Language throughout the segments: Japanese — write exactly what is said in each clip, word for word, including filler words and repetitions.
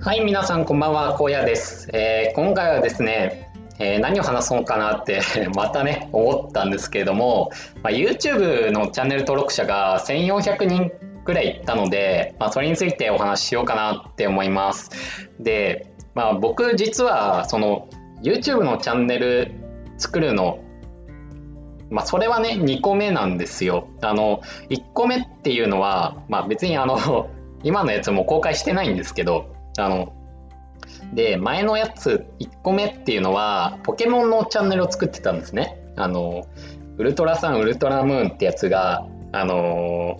はい、皆さんこんばんは、荒野です。えー今回はですね、えー何を話そうかなってまたね、思ったんですけれども、まあ、YouTube のチャンネル登録者がせんよんひゃくにんくらいいったので、まあ、それについてお話ししようかなって思います。で、まあ、僕実はその YouTube のチャンネル作るの、まあ、それはね、にこめなんですよ。あの、いっこめっていうのは、まあ、別にあの、今のやつも公開してないんですけど、あの、で、前のやつ、いっこめっていうのは、ポケモンのチャンネルを作ってたんですね。あの、ウルトラサン、ウルトラムーンってやつが、あの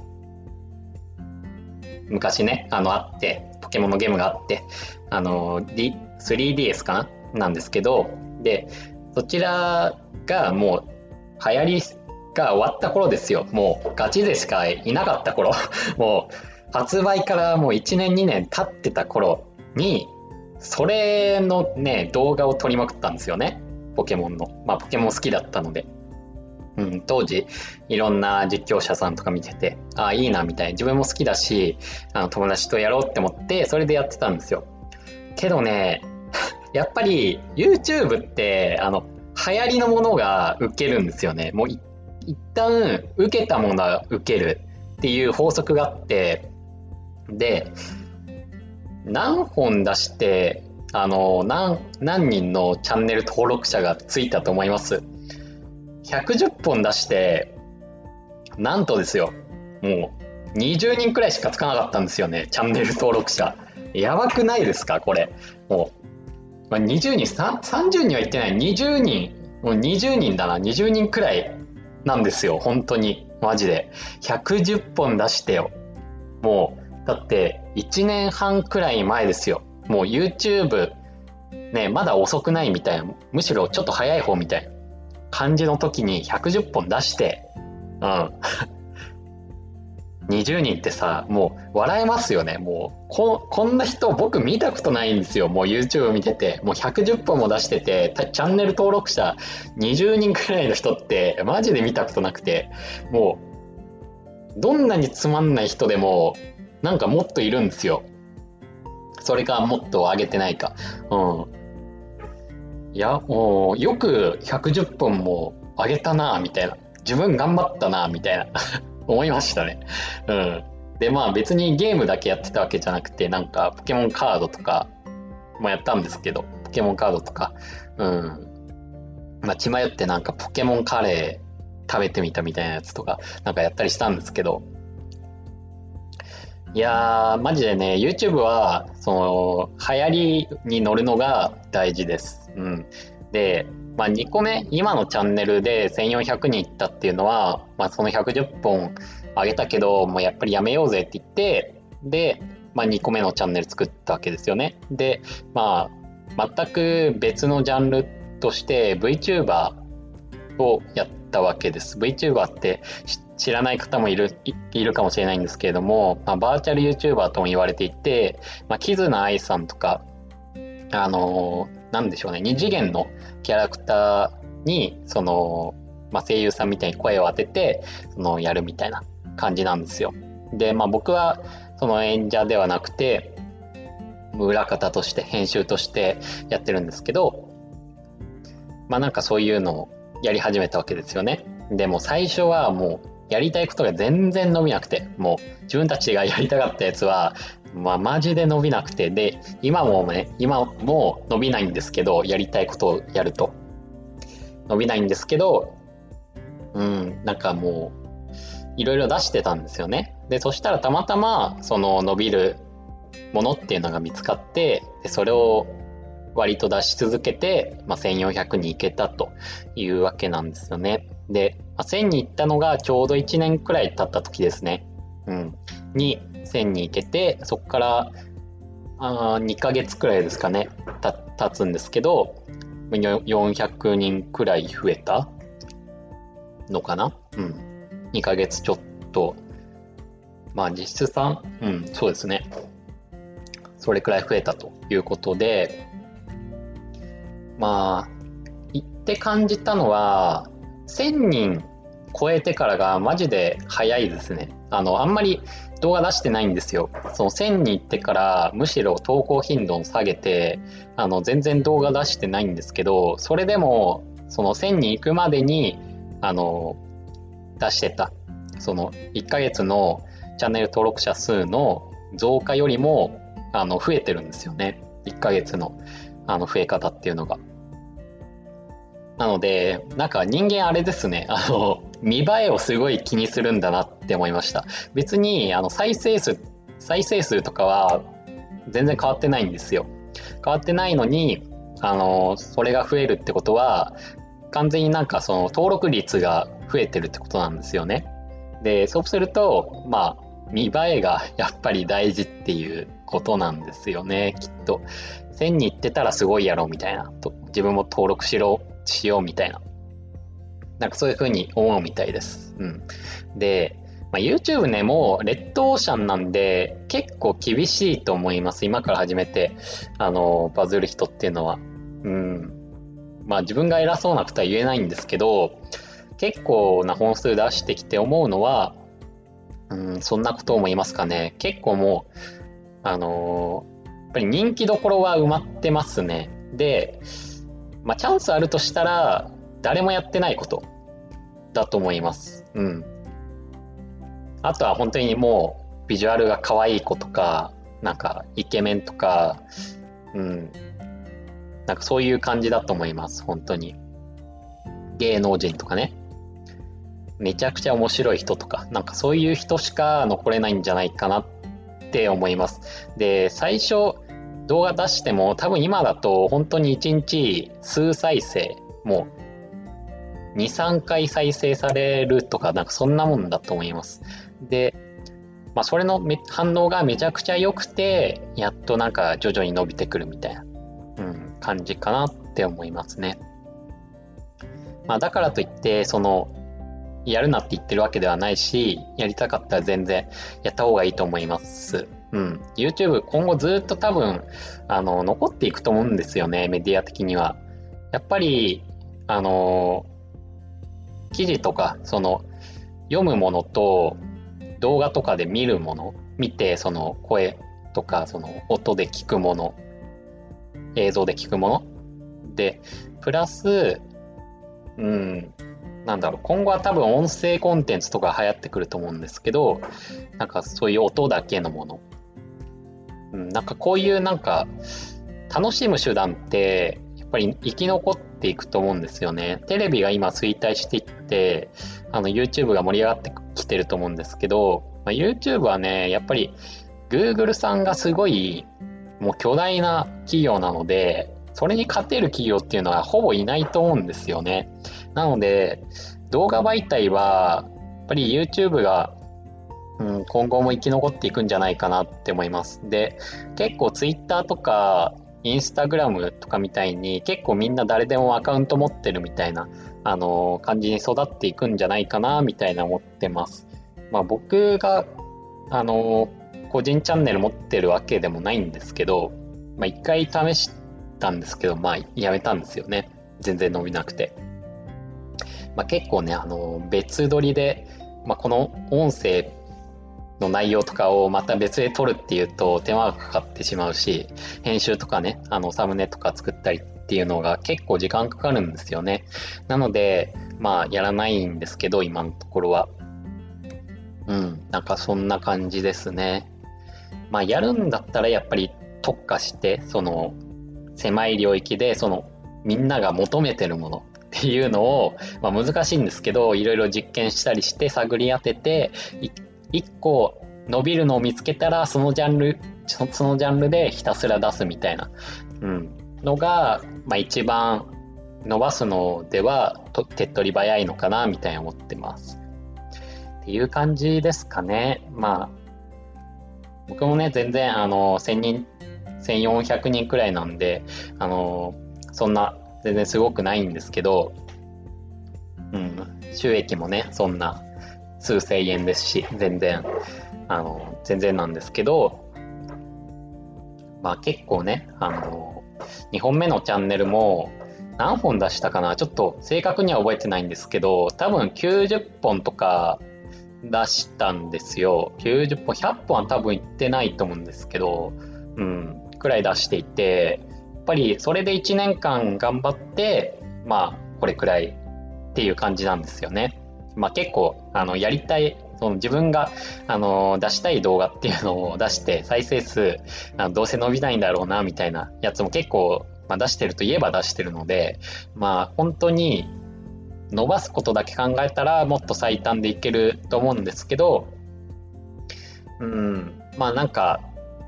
昔ね、あの、あって、ポケモンのゲームがあって、あの、D、スリーディーエス かななんですけど、で、そちらがもう、流行りが終わった頃ですよ。もう、ガチ勢しかいなかった頃。もう、発売からもういちねん、にねん経ってた頃に、それのね、動画を撮りまくったんですよね。ポケモンの。まあ、ポケモン好きだったので。うん、当時、いろんな実況者さんとか見てて、ああ、いいな、みたいな。自分も好きだし、あの、友達とやろうって思って、それでやってたんですよ。けどね、やっぱり YouTube って、あの、流行りのものが受けるんですよね。もうい一旦受けたものは受けるっていう法則があって、で、何本出して、あの、何、何人のチャンネル登録者がついたと思います？ ひゃくじゅっ 本出して、なんとですよ、もうにじゅうにんくらいしかつかなかったんですよね、チャンネル登録者。やばくないですか、これ。もう、まあ、にじゅうにん、さんじゅうにんはいってない、にじゅうにん、もうにじゅうにんだな、にじゅうにんくらいなんですよ、本当に。マジで。ひゃくじゅっぽん出してよ。もう、だっていちねんはんくらい前ですよ。もう YouTube、ね、まだ遅くないみたいな、むしろちょっと早い方みたいな感じの時にひゃくじゅっぽん出して、うん。にじゅうにんってさ、もう笑えますよね。もうこ、こんな人僕見たことないんですよ。もう YouTube 見てて。もうひゃくじゅっぽんも出してて、チャンネル登録者にじゅうにんくらいの人ってマジで見たことなくて、もう、どんなにつまんない人でも、なんかもっといるんですよ。それかもっと上げてないか。うん。いや、もう、よくひゃくじゅっぽんも上げたな、みたいな。自分頑張ったな、みたいな。思いましたね。うん。で、まあ別にゲームだけやってたわけじゃなくて、なんかポケモンカードとかもやったんですけど、ポケモンカードとか、うん。まあ血迷ってなんかポケモンカレー食べてみたみたいなやつとか、なんかやったりしたんですけど、いやー、マジでね、YouTube は、その、流行りに乗るのが大事です。うん。で、まあ、にこめ、今のチャンネルでせんよんひゃくにんいったっていうのは、まあ、そのひゃくじゅっぽん上げたけど、もうやっぱりやめようぜって言って、で、まあ、にこめのチャンネル作ったわけですよね。で、まあ、全く別のジャンルとして VTuber をやったわけです。VTuber って知らない方もいる、い、いるかもしれないんですけれども、まあ、バーチャル YouTuber とも言われていて、まあ、キズナアイさんとか、あのーなんでしょうね、二次元のキャラクターに、その、まあ、声優さんみたいに声を当てて、その、やるみたいな感じなんですよ。で、まあ、僕は、その演者ではなくて、裏方として、編集としてやってるんですけど、まあ、なんかそういうのをやり始めたわけですよね。でも最初はもう、やりたいことが全然伸びなくて、もう自分たちがやりたかったやつは、まあマジで伸びなくて、で、今もね、今も伸びないんですけど、やりたいことをやると。伸びないんですけど、うん、なんかもう、いろいろ出してたんですよね。で、そしたらたまたま、その伸びるものっていうのが見つかって、でそれを割と出し続けて、まあ、せんよんひゃくに行けたというわけなんですよね。で、まあ、せんに行ったのがちょうどいちねんくらい経った時ですね。うん。に、せんに行けて、そこからあにかげつくらいですかね、た経つんですけど、よんひゃくにんくらい増えたのかな。うん。にかげつちょっと、まあ実質さん、うん、そうですね。それくらい増えたということで、まあ、行って感じたのは、せんにん超えてからがマジで早いですね。 あの、あんまり動画出してないんですよ。そのせんに行ってからむしろ投稿頻度を下げて、あの、全然動画出してないんですけど、それでも、そのせんに行くまでに、あの、出してた。そのいっかげつのチャンネル登録者数の増加よりも、あの、増えてるんですよね。いっかげつの、あの、増え方っていうのが。なので、なんか人間あれですね、あの、見栄えをすごい気にするんだなって思いました。別に、あの、再生数、再生数とかは全然変わってないんですよ。変わってないのに、あの、それが増えるってことは、完全になんかその登録率が増えてるってことなんですよね。で、そうすると、まあ、見栄えがやっぱり大事っていうことなんですよね、きっと。せんに行ってたらすごいやろみたいな。と自分も登録しろ、しようみたいな。なんかそういうふうに思うみたいです。うん。で、まあ、YouTube ね、もうレッドオーシャンなんで結構厳しいと思います。今から始めて、あの、バズる人っていうのは。うん。まあ自分が偉そうなことは言えないんですけど、結構な本数出してきて思うのは、うん、そんなこと思いますかね。結構もう、あのーやっぱり人気どころは埋まってますね。で、まあチャンスあるとしたら、誰もやってないことだと思います。うん。あとは本当にもう、ビジュアルが可愛い子とか、なんかイケメンとか、うん。なんかそういう感じだと思います。本当に。芸能人とかね。めちゃくちゃ面白い人とか、なんかそういう人しか残れないんじゃないかなって思います。で、最初動画出しても多分今だと本当にいちにち数再生、もうに、さんかい再生されるとか、なんかそんなもんだと思います。で、まあそれの反応がめちゃくちゃ良くて、やっとなんか徐々に伸びてくるみたいな、うん、感じかなって思いますね。まあだからといって、その、やるなって言ってるわけではないし、やりたかったら全然やった方がいいと思います。うん。YouTube 今後ずっと多分、あの、残っていくと思うんですよね、メディア的には。やっぱり、あの、記事とか、その、読むものと動画とかで見るもの、見て、その声とか、その音で聞くもの、映像で聞くもので、プラス、うん、なんだろう、今後は多分音声コンテンツとか流行ってくると思うんですけど、なんかそういう音だけのもの。うん、なんかこういうなんか楽しむ手段ってやっぱり生き残っていくと思うんですよね。テレビが今衰退していって、あの YouTube が盛り上がってきてると思うんですけど、まあ、YouTube はね、やっぱり Google さんがすごいもう巨大な企業なので、それに勝てる企業っていうのはほぼいないと思うんですよね。なので、動画媒体は、やっぱり YouTube が、うん、今後も生き残っていくんじゃないかなって思います。で、結構 Twitter とか Instagram とかみたいに、結構みんな誰でもアカウント持ってるみたいな、あのー感じに育っていくんじゃないかな、みたいな思ってます。まあ僕が、あのー個人チャンネル持ってるわけでもないんですけど、まあ一回試したんですけど、まあやめたんですよね。全然伸びなくて。まあ、結構ね、あの別撮りで、まあ、この音声の内容とかをまた別で撮るっていうと手間がかかってしまうし、編集とかね、あのサムネとか作ったりっていうのが結構時間かかるんですよね。なので、まあやらないんですけど、今のところは。うん、なんかそんな感じですね。まあやるんだったらやっぱり特化して、その狭い領域でそのみんなが求めてるものっていうのを、まあ、難しいんですけど、いろいろ実験したりして探り当てて、一個伸びるのを見つけたらそのジャンルそのジャンルでひたすら出すみたいな、うん、のが、まあ、一番伸ばすのではと手っ取り早いのかなみたいに思ってますっていう感じですかね。まあ僕もね全然あのせんにんせんよんひゃくにんくらいなんで、あのそんな全然すごくないんですけど、うん、収益もねそんな数千円ですし、全然あの全然なんですけど、まあ結構ね、あのにほんめのチャンネルも何本出したかな、ちょっと正確には覚えてないんですけど、多分きゅうじゅっぽんとか出したんですよ。きゅうじゅっぽん、ひゃっぽんは多分いってないと思うんですけど、うん、くらい出していて、やっぱりそれでいちねんかん頑張って、まあ、これくらいっていう感じなんですよね。まあ結構、あの、やりたい、その自分が、あの、出したい動画っていうのを出して、再生数、あのどうせ伸びないんだろうな、みたいなやつも結構、まあ、出してるといえば出してるので、まあ本当に伸ばすことだけ考えたらもっと最短でいけると思うんですけど、うん、まあなんか、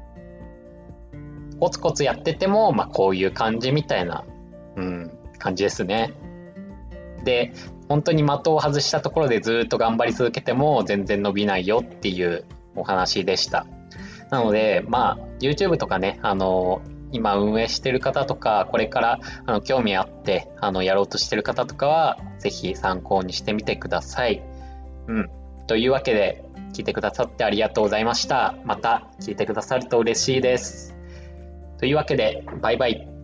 コツコツやってても、まあこういう感じみたいな、うん、感じですね。で、本当に的を外したところでずっと頑張り続けても全然伸びないよっていうお話でした。なので、まあ、YouTube とかね、あの、今運営してる方とか、これからあの興味あってあのやろうとしてる方とかは、ぜひ参考にしてみてください。うん。というわけで、聞いてくださってありがとうございました。また聞いてくださると嬉しいです。というわけで、バイバイ。